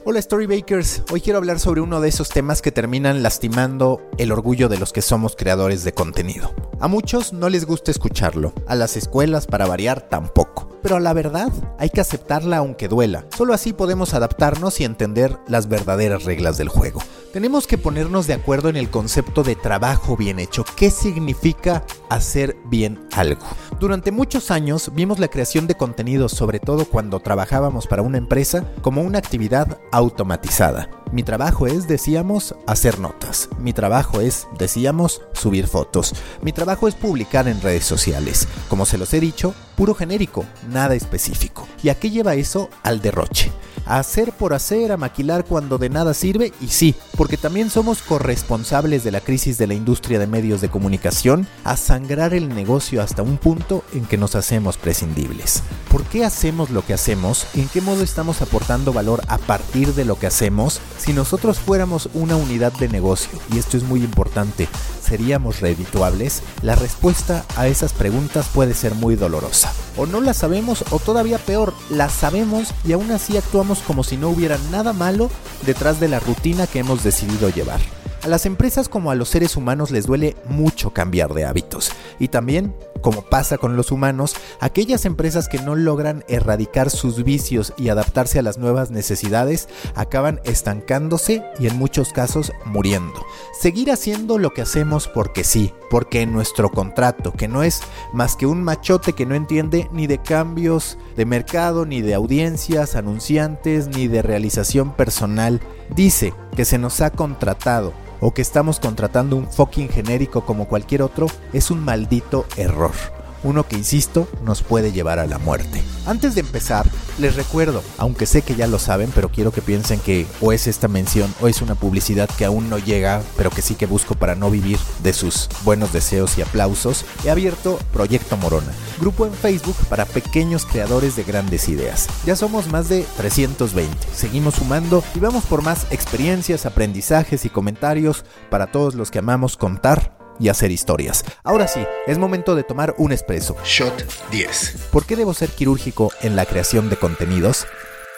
Hola Storybakers, hoy quiero hablar sobre uno de esos temas que terminan lastimando el orgullo de los que somos creadores de contenido. A muchos no les gusta escucharlo, a las escuelas para variar tampoco, pero la verdad hay que aceptarla aunque duela, solo así podemos adaptarnos y entender las verdaderas reglas del juego. Tenemos que ponernos de acuerdo en el concepto de trabajo bien hecho, ¿qué significa hacer bien algo? Durante muchos años vimos la creación de contenidos, sobre todo cuando trabajábamos para una empresa, como una actividad automatizada. Mi trabajo es, decíamos, hacer notas. Mi trabajo es, decíamos, subir fotos. Mi trabajo es publicar en redes sociales. Como se los he dicho, puro genérico, nada específico. ¿Y a qué lleva eso? Al derroche. A hacer por hacer, a maquilar cuando de nada sirve, y sí, porque también somos corresponsables de la crisis de la industria de medios de comunicación, a sangrar el negocio hasta un punto en que nos hacemos prescindibles. ¿Por qué hacemos lo que hacemos? ¿En qué modo estamos aportando valor a partir de lo que hacemos? Si nosotros fuéramos una unidad de negocio, y esto es muy importante, ¿seríamos redituables? La respuesta a esas preguntas puede ser muy dolorosa. O no la sabemos, o todavía peor, la sabemos y aún así actuamos como si no hubiera nada malo detrás de la rutina que hemos decidido llevar. A las empresas como a los seres humanos les duele mucho cambiar de hábitos. Y también, como pasa con los humanos, aquellas empresas que no logran erradicar sus vicios y adaptarse a las nuevas necesidades acaban estancándose y en muchos casos muriendo. Seguir haciendo lo que hacemos porque sí, porque en nuestro contrato, que no es más que un machote que no entiende ni de cambios de mercado, ni de audiencias, anunciantes, ni de realización personal, dice que se nos ha contratado o que estamos contratando un fucking genérico como cualquier otro, es un maldito error. Uno que, insisto, nos puede llevar a la muerte. Antes de empezar, les recuerdo, aunque sé que ya lo saben, pero quiero que piensen que o es esta mención o es una publicidad que aún no llega, pero que sí que busco para no vivir de sus buenos deseos y aplausos. He abierto Proyecto Morona, grupo en Facebook para pequeños creadores de grandes ideas. Ya somos más de 320, seguimos sumando y vamos por más experiencias, aprendizajes y comentarios para todos los que amamos contar y hacer historias. Ahora sí, es momento de tomar un espresso. Shot 10. ¿Por qué debo ser quirúrgico en la creación de contenidos?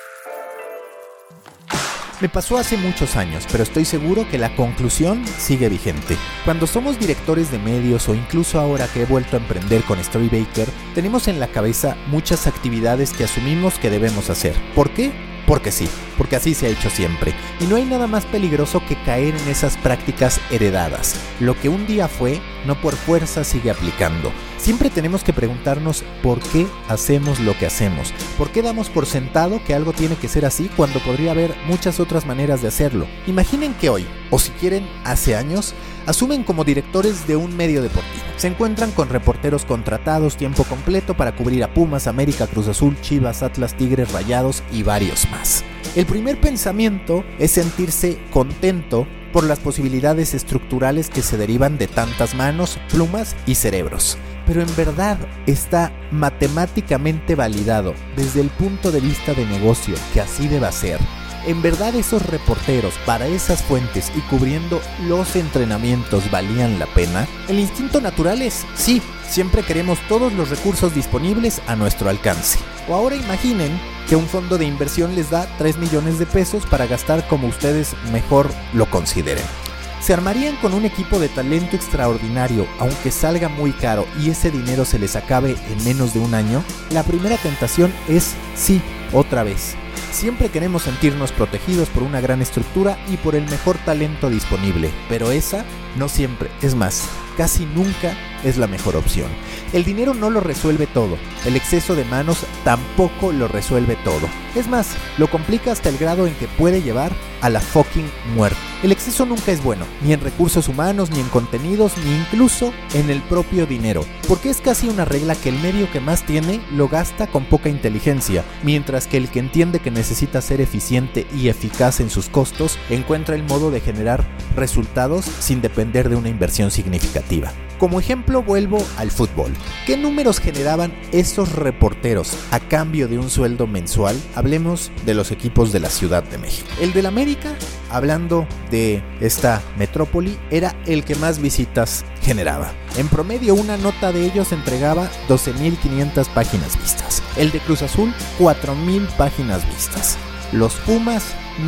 Me pasó hace muchos años, pero estoy seguro que la conclusión sigue vigente. Cuando somos directores de medios o incluso ahora que he vuelto a emprender con Storybaker, tenemos en la cabeza muchas actividades que asumimos que debemos hacer. ¿Por qué? Porque sí, porque así se ha hecho siempre. Y no hay nada más peligroso que caer en esas prácticas heredadas. Lo que un día fue, no por fuerza sigue aplicando. Siempre tenemos que preguntarnos por qué hacemos lo que hacemos. ¿Por qué damos por sentado que algo tiene que ser así cuando podría haber muchas otras maneras de hacerlo? Imaginen que hoy, o si quieren hace años, asumen como directores de un medio deportivo. Se encuentran con reporteros contratados tiempo completo para cubrir a Pumas, América, Cruz Azul, Chivas, Atlas, Tigres, Rayados y varios más. El primer pensamiento es sentirse contento por las posibilidades estructurales que se derivan de tantas manos, plumas y cerebros. Pero en verdad está matemáticamente validado desde el punto de vista de negocio que así deba ser. ¿En verdad esos reporteros para esas fuentes y cubriendo los entrenamientos valían la pena? El instinto natural es, sí, siempre queremos todos los recursos disponibles a nuestro alcance. O ahora imaginen que un fondo de inversión les da 3 millones de pesos para gastar como ustedes mejor lo consideren. ¿Se armarían con un equipo de talento extraordinario aunque salga muy caro y ese dinero se les acabe en menos de un año? La primera tentación es sí, otra vez. Siempre queremos sentirnos protegidos por una gran estructura y por el mejor talento disponible, pero esa no siempre, es más, casi nunca es la mejor opción. El dinero no lo resuelve todo, el exceso de manos tampoco lo resuelve todo. Es más, lo complica hasta el grado en que puede llevar a la fucking muerte. El exceso nunca es bueno, ni en recursos humanos, ni en contenidos, ni incluso en el propio dinero, porque es casi una regla que el medio que más tiene lo gasta con poca inteligencia, mientras que el que entiende que necesita ser eficiente y eficaz en sus costos, encuentra el modo de generar resultados sin depender de una inversión significativa. Como ejemplo vuelvo al fútbol. ¿Qué números generaban esos reporteros a cambio de un sueldo mensual? Hablemos de los equipos de la Ciudad de México. El del América, hablando de esta metrópoli, era el que más visitas generaba. En promedio una nota de ellos entregaba 12,500 páginas vistas. El de Cruz Azul, 4,000 páginas vistas. Los Pumas,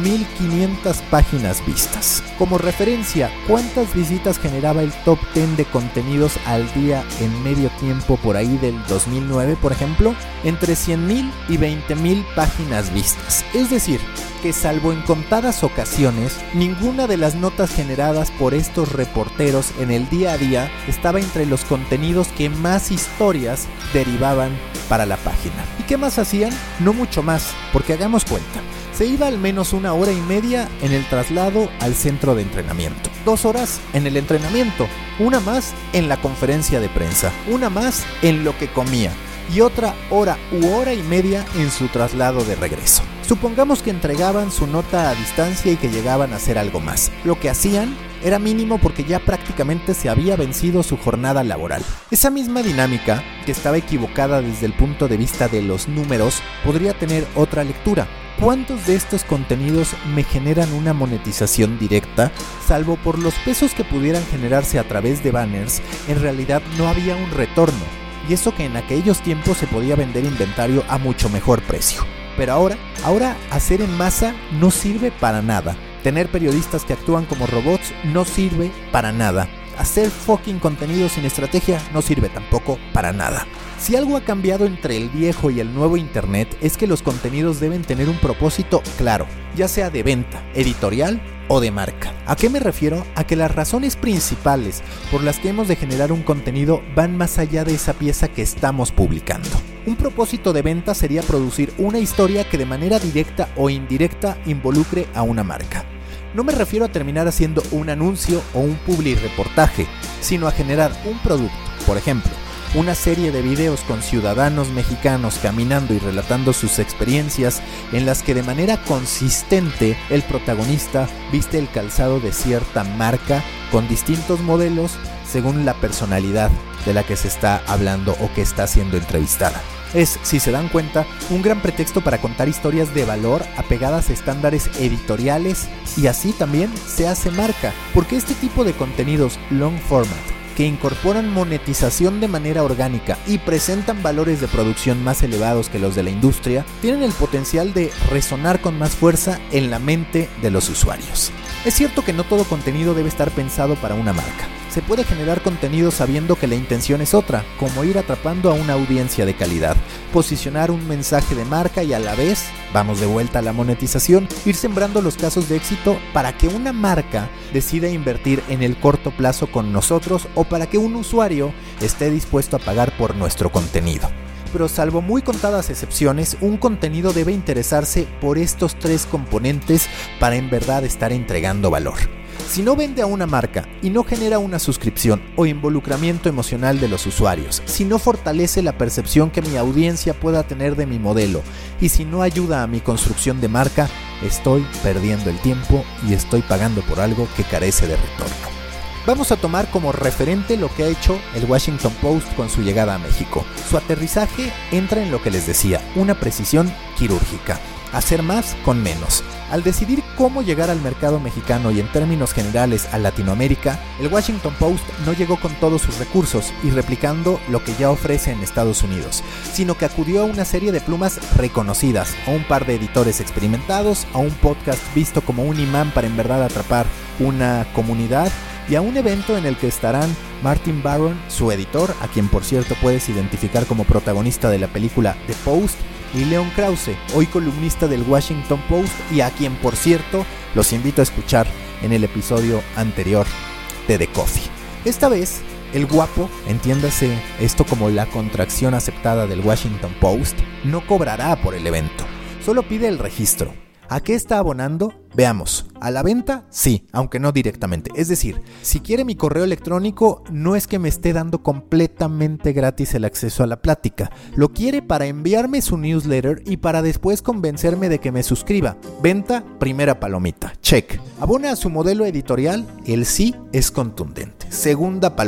1500 páginas vistas. Como referencia, ¿cuántas visitas generaba el top 10 de contenidos al día en medio tiempo por ahí del 2009, por ejemplo? Entre 100,000 y 20,000 páginas vistas. Es decir, que salvo en contadas ocasiones, ninguna de las notas generadas por estos reporteros en el día a día estaba entre los contenidos que más historias derivaban para la página. ¿Y qué más hacían? No mucho más, porque hagamos cuenta. Se iba al menos 1 hora y media en el traslado al centro de entrenamiento, 2 horas en el entrenamiento, una más en la conferencia de prensa, una más en lo que comía y otra hora u hora y media en su traslado de regreso. Supongamos que entregaban su nota a distancia y que llegaban a hacer algo más. Lo que hacían era mínimo porque ya prácticamente se había vencido su jornada laboral. Esa misma dinámica, que estaba equivocada desde el punto de vista de los números, podría tener otra lectura. ¿Cuántos de estos contenidos me generan una monetización directa? Salvo por los pesos que pudieran generarse a través de banners, en realidad no había un retorno. Y eso que en aquellos tiempos se podía vender inventario a mucho mejor precio. Pero ahora hacer en masa no sirve para nada. Tener periodistas que actúan como robots no sirve para nada. Hacer fucking contenido sin estrategia no sirve tampoco para nada. Si algo ha cambiado entre el viejo y el nuevo internet es que los contenidos deben tener un propósito claro, ya sea de venta, editorial o de marca. ¿A qué me refiero? A que las razones principales por las que hemos de generar un contenido van más allá de esa pieza que estamos publicando. Un propósito de venta sería producir una historia que de manera directa o indirecta involucre a una marca. No me refiero a terminar haciendo un anuncio o un publireportaje, sino a generar un producto, por ejemplo, una serie de videos con ciudadanos mexicanos caminando y relatando sus experiencias en las que de manera consistente el protagonista viste el calzado de cierta marca con distintos modelos según la personalidad de la que se está hablando o que está siendo entrevistada. Es, si se dan cuenta, un gran pretexto para contar historias de valor apegadas a estándares editoriales y así también se hace marca, porque este tipo de contenidos long format que incorporan monetización de manera orgánica y presentan valores de producción más elevados que los de la industria, tienen el potencial de resonar con más fuerza en la mente de los usuarios. Es cierto que no todo contenido debe estar pensado para una marca. Se puede generar contenido sabiendo que la intención es otra, como ir atrapando a una audiencia de calidad, posicionar un mensaje de marca y a la vez, vamos de vuelta a la monetización, ir sembrando los casos de éxito para que una marca decida invertir en el corto plazo con nosotros o para que un usuario esté dispuesto a pagar por nuestro contenido. Pero salvo muy contadas excepciones, un contenido debe interesarse por estos 3 componentes para en verdad estar entregando valor. Si no vende a una marca y no genera una suscripción o involucramiento emocional de los usuarios, si no fortalece la percepción que mi audiencia pueda tener de mi modelo y si no ayuda a mi construcción de marca, estoy perdiendo el tiempo y estoy pagando por algo que carece de retorno. Vamos a tomar como referente lo que ha hecho el Washington Post con su llegada a México. Su aterrizaje entra en lo que les decía, una precisión quirúrgica. Hacer más con menos. Al decidir cómo llegar al mercado mexicano y en términos generales a Latinoamérica, el Washington Post no llegó con todos sus recursos y replicando lo que ya ofrece en Estados Unidos, sino que acudió a una serie de plumas reconocidas, a un par de editores experimentados, a un podcast visto como un imán para en verdad atrapar una comunidad y a un evento en el que estarán Martin Baron, su editor, a quien por cierto puedes identificar como protagonista de la película The Post, y Leon Krause, hoy columnista del Washington Post y a quien por cierto los invito a escuchar en el episodio anterior de The Coffee. Esta vez, el guapo, entiéndase esto como la contracción aceptada del Washington Post, no cobrará por el evento, solo pide el registro. ¿A qué está abonando? Veamos. ¿A la venta? Sí, aunque no directamente. Es decir, si quiere mi correo electrónico, no es que me esté dando completamente gratis el acceso a la plática. Lo quiere para enviarme su newsletter y para después convencerme de que me suscriba. Venta, primera palomita. Check. ¿Abona a su modelo editorial? El sí es contundente. Segunda palomita.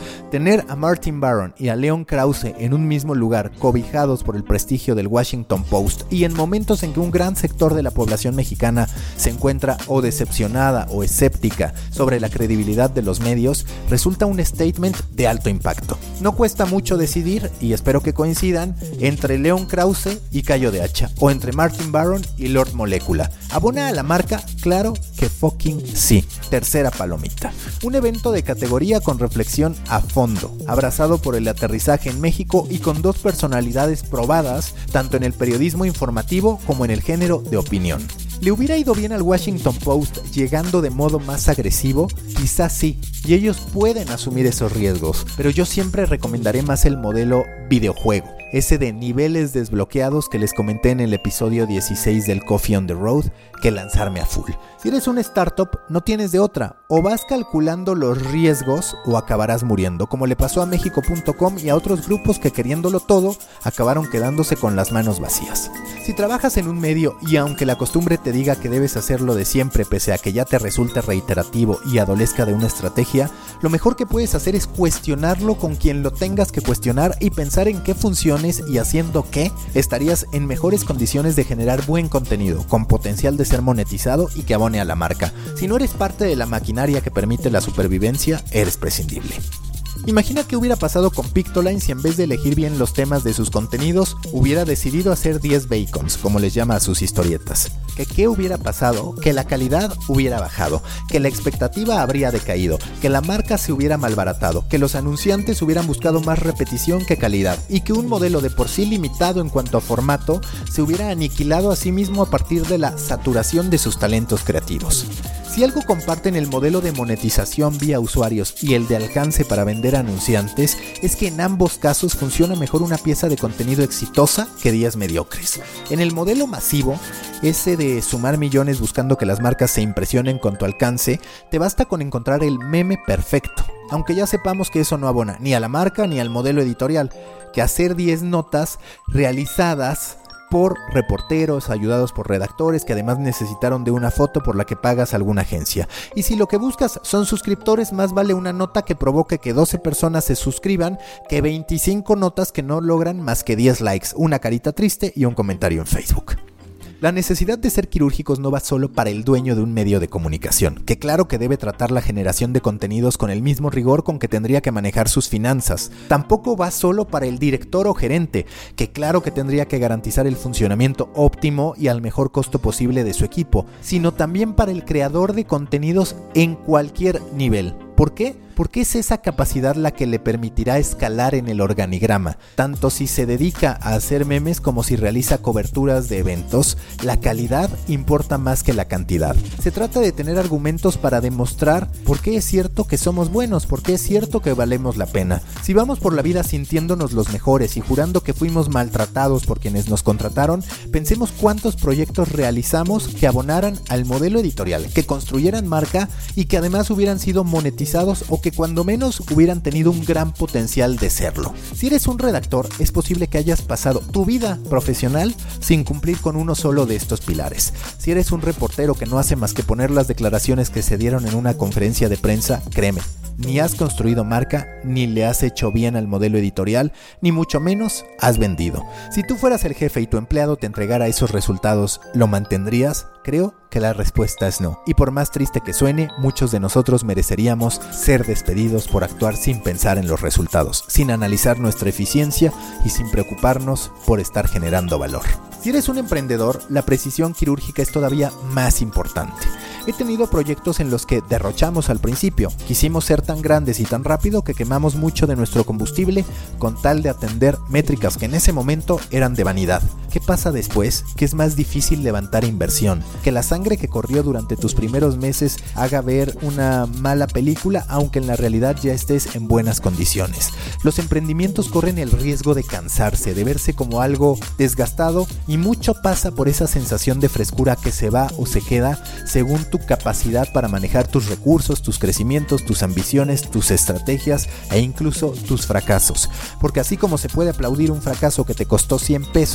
Tener a Martin Baron y a Leon Krause en un mismo lugar, cobijados por el prestigio del Washington Post, y en momentos en que un gran sector de la población mexicana se encuentra o decepcionada o escéptica sobre la credibilidad de los medios, resulta un statement de alto impacto. No cuesta mucho decidir, y espero que coincidan, entre Leon Krause y Cayo de Hacha, o entre Martin Baron y Lord Molecula. ¿Abona a la marca? Claro que fucking sí. Tercera palomita. Un evento de categoría con reflexión a fondo, abrazado por el aterrizaje en México y con dos personalidades probadas, tanto en el periodismo informativo como en el género de opinión. ¿Le hubiera ido bien al Washington Post llegando de modo más agresivo? Quizás sí, y ellos pueden asumir esos riesgos, pero yo siempre recomendaré más el modelo videojuego, ese de niveles desbloqueados que les comenté en el episodio 16 del Coffee on the Road, que lanzarme a full. Si eres una startup, no tienes de otra, o vas calculando los riesgos o acabarás muriendo, como le pasó a Mexico.com y a otros grupos que, queriéndolo todo, acabaron quedándose con las manos vacías. Si trabajas en un medio y aunque la costumbre te diga que debes hacerlo de siempre pese a que ya te resulte reiterativo y adolezca de una estrategia, lo mejor que puedes hacer es cuestionarlo con quien lo tengas que cuestionar y pensar en qué funciones y haciendo qué estarías en mejores condiciones de generar buen contenido, con potencial de ser monetizado y que abone a la marca. Si no eres parte de la maquinaria que permite la supervivencia, eres prescindible. Imagina qué hubiera pasado con Pictoline si en vez de elegir bien los temas de sus contenidos, hubiera decidido hacer 10 bacons, como les llama a sus historietas. ¿Qué hubiera pasado? Que la calidad hubiera bajado, que la expectativa habría decaído, que la marca se hubiera malbaratado, que los anunciantes hubieran buscado más repetición que calidad, y que un modelo de por sí limitado en cuanto a formato se hubiera aniquilado a sí mismo a partir de la saturación de sus talentos creativos. Si algo comparten el modelo de monetización vía usuarios y el de alcance para vender a anunciantes, es que en ambos casos funciona mejor una pieza de contenido exitosa que 10 mediocres. En el modelo masivo, ese de sumar millones buscando que las marcas se impresionen con tu alcance, te basta con encontrar el meme perfecto. Aunque ya sepamos que eso no abona ni a la marca ni al modelo editorial, que hacer 10 notas realizadas por reporteros, ayudados por redactores que además necesitaron de una foto por la que pagas a alguna agencia. Y si lo que buscas son suscriptores, más vale una nota que provoque que 12 personas se suscriban que 25 notas que no logran más que 10 likes, una carita triste y un comentario en Facebook. La necesidad de ser quirúrgicos no va solo para el dueño de un medio de comunicación, que claro que debe tratar la generación de contenidos con el mismo rigor con que tendría que manejar sus finanzas. Tampoco va solo para el director o gerente, que claro que tendría que garantizar el funcionamiento óptimo y al mejor costo posible de su equipo, sino también para el creador de contenidos en cualquier nivel. ¿Por qué? Porque es esa capacidad la que le permitirá escalar en el organigrama, tanto si se dedica a hacer memes como si realiza coberturas de eventos. La calidad importa más que la cantidad. Se trata de tener argumentos para demostrar por qué es cierto que somos buenos, por qué es cierto que valemos la pena. Si vamos por la vida sintiéndonos los mejores y jurando que fuimos maltratados por quienes nos contrataron, pensemos cuántos proyectos realizamos que abonaran al modelo editorial, que construyeran marca y que además hubieran sido monetizados o que cuando menos hubieran tenido un gran potencial de serlo. Si eres un redactor, es posible que hayas pasado tu vida profesional sin cumplir con uno solo de estos pilares. Si eres un reportero que no hace más que poner las declaraciones que se dieron en una conferencia de prensa, créeme, ni has construido marca, ni le has hecho bien al modelo editorial, ni mucho menos has vendido. Si tú fueras el jefe y tu empleado te entregara esos resultados, ¿lo mantendrías? Creo que la respuesta es no. Y por más triste que suene, muchos de nosotros mereceríamos ser despedidos por actuar sin pensar en los resultados, sin analizar nuestra eficiencia y sin preocuparnos por estar generando valor. Si eres un emprendedor, la precisión quirúrgica es todavía más importante. He tenido proyectos en los que derrochamos al principio. Quisimos ser tan grandes y tan rápido que quemamos mucho de nuestro combustible con tal de atender métricas que en ese momento eran de vanidad. ¿Qué pasa después? Que es más difícil levantar inversión. Que la sangre que corrió durante tus primeros meses haga ver una mala película, aunque en la realidad ya estés en buenas condiciones. Los emprendimientos corren el riesgo de cansarse, de verse como algo desgastado, y mucho pasa por esa sensación de frescura que se va o se queda según tu capacidad para manejar tus recursos, tus crecimientos, tus ambiciones, tus estrategias e incluso tus fracasos. Porque así como se puede aplaudir un fracaso que te costó 100 pesos y que así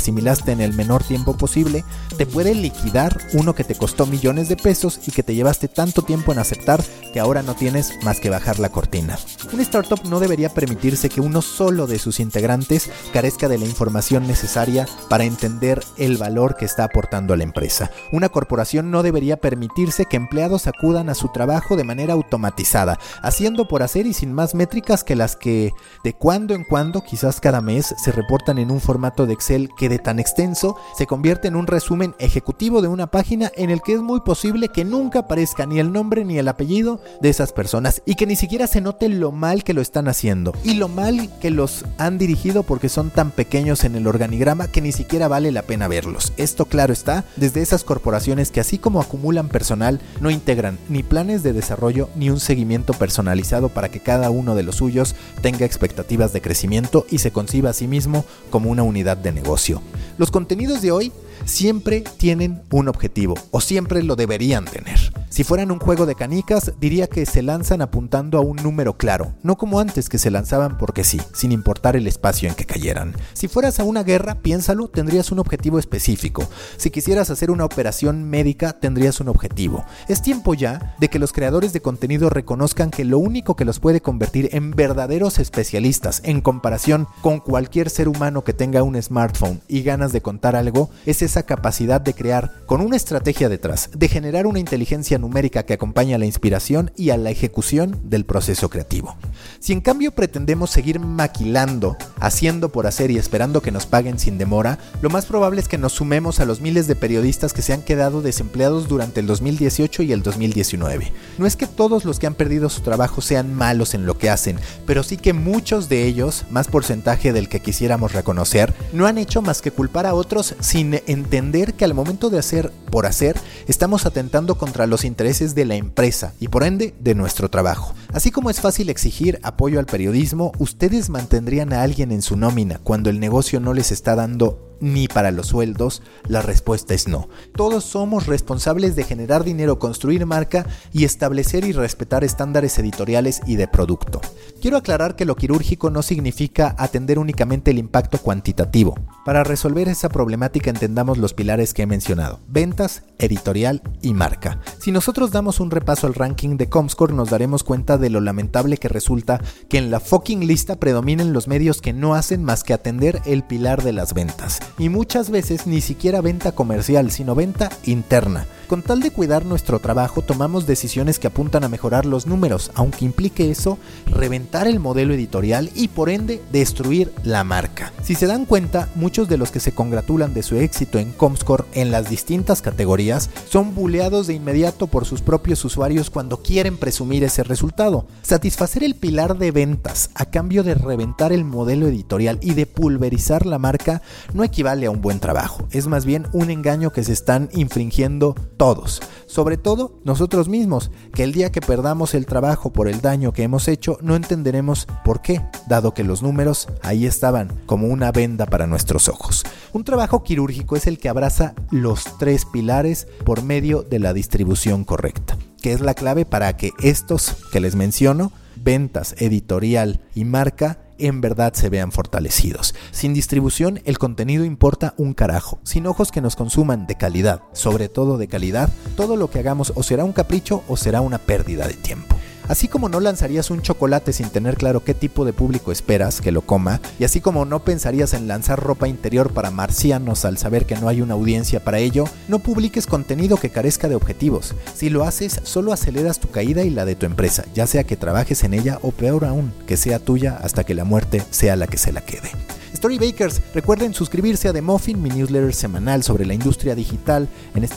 asimilaste en el menor tiempo posible, te puede liquidar uno que te costó millones de pesos y que te llevaste tanto tiempo en aceptar que ahora no tienes más que bajar la cortina. Un startup no debería permitirse que uno solo de sus integrantes carezca de la información necesaria para entender el valor que está aportando a la empresa. Una corporación no debería permitirse que empleados acudan a su trabajo de manera automatizada, haciendo por hacer y sin más métricas que las que de cuando en cuando, quizás cada mes, se reportan en un formato de Excel que de tan extenso se convierte en un resumen ejecutivo de una página en el que es muy posible que nunca aparezca ni el nombre ni el apellido de esas personas y que ni siquiera se note lo mal que lo están haciendo y lo mal que los han dirigido porque son tan pequeños en el organigrama que ni siquiera vale la pena verlos. Esto, claro está, desde esas corporaciones que así como acumulan personal, no integran ni planes de desarrollo ni un seguimiento personalizado para que cada uno de los suyos tenga expectativas de crecimiento y se conciba a sí mismo como una unidad de negocio. Los contenidos de hoy siempre tienen un objetivo, o siempre lo deberían tener. Si fueran un juego de canicas, diría que se lanzan apuntando a un número claro, no como antes que se lanzaban porque sí, sin importar el espacio en que cayeran. Si fueras a una guerra, piénsalo, tendrías un objetivo específico. Si quisieras hacer una operación médica, tendrías un objetivo. Es tiempo ya de que los creadores de contenido reconozcan que lo único que los puede convertir en verdaderos especialistas en comparación con cualquier ser humano que tenga un smartphone y ganas de contar algo, es esa capacidad de crear con una estrategia detrás, de generar una inteligencia numérica que acompaña a la inspiración y a la ejecución del proceso creativo. Si en cambio pretendemos seguir maquilando, haciendo por hacer y esperando que nos paguen sin demora, lo más probable es que nos sumemos a los miles de periodistas que se han quedado desempleados durante el 2018 y el 2019. No es que todos los que han perdido su trabajo sean malos en lo que hacen, pero sí que muchos de ellos, más porcentaje del que quisiéramos reconocer, no han hecho más que culpar a otros sin entender que al momento de hacer por hacer, estamos atentando contra los intereses de la empresa y por ende de nuestro trabajo. Así como es fácil exigir apoyo al periodismo, ¿ustedes mantendrían a alguien en su nómina cuando el negocio no les está dando ni para los sueldos? La respuesta es no. Todos somos responsables de generar dinero, construir marca y establecer y respetar estándares editoriales y de producto. Quiero aclarar que lo quirúrgico no significa atender únicamente el impacto cuantitativo. Para resolver esa problemática entendamos los pilares que he mencionado: ventas, editorial y marca. Si nosotros damos un repaso al ranking de Comscore, nos daremos cuenta de lo lamentable que resulta que en la fucking lista predominen los medios que no hacen más que atender el pilar de las ventas. Y muchas veces ni siquiera venta comercial, sino venta interna. Con tal de cuidar nuestro trabajo, tomamos decisiones que apuntan a mejorar los números, aunque implique eso reventar el modelo editorial y por ende destruir la marca. Si se dan cuenta, muchos de los que se congratulan de su éxito en Comscore en las distintas categorías son buleados de inmediato por sus propios usuarios cuando quieren presumir ese resultado. Satisfacer el pilar de ventas a cambio de reventar el modelo editorial y de pulverizar la marca no equivale a un buen trabajo, es más bien un engaño que se están infringiendo todos, sobre todo nosotros mismos, que el día que perdamos el trabajo por el daño que hemos hecho no entenderemos por qué, dado que los números ahí estaban como una venda para nuestros ojos. Un trabajo quirúrgico es el que abraza los tres pilares por medio de la distribución correcta, que es la clave para que estos que les menciono, ventas, editorial y marca, en verdad se vean fortalecidos. Sin distribución, el contenido importa un carajo. Sin ojos que nos consuman de calidad, sobre todo de calidad, todo lo que hagamos o será un capricho o será una pérdida de tiempo. Así como no lanzarías un chocolate sin tener claro qué tipo de público esperas que lo coma, y así como no pensarías en lanzar ropa interior para marcianos al saber que no hay una audiencia para ello, no publiques contenido que carezca de objetivos. Si lo haces, solo aceleras tu caída y la de tu empresa, ya sea que trabajes en ella o peor aún, que sea tuya hasta que la muerte sea la que se la quede. Storybakers, recuerden suscribirse a The Muffin, mi newsletter semanal sobre la industria digital, en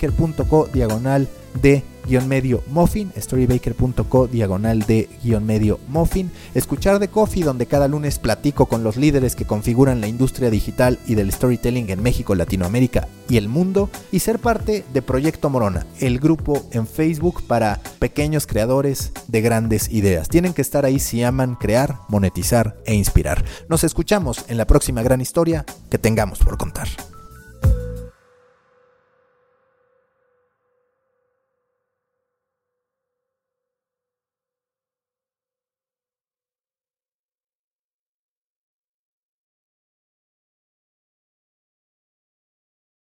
storybaker.co/de-medio muffin, storybaker.co/de-medio muffin, escuchar The Coffee, donde cada lunes platico con los líderes que configuran la industria digital y del storytelling en México, Latinoamérica y el mundo, y ser parte de Proyecto Morona, el grupo en Facebook para pequeños creadores de grandes ideas. Tienen que estar ahí si aman crear, monetizar e inspirar. Nos escuchamos en la próxima gran historia que tengamos por contar.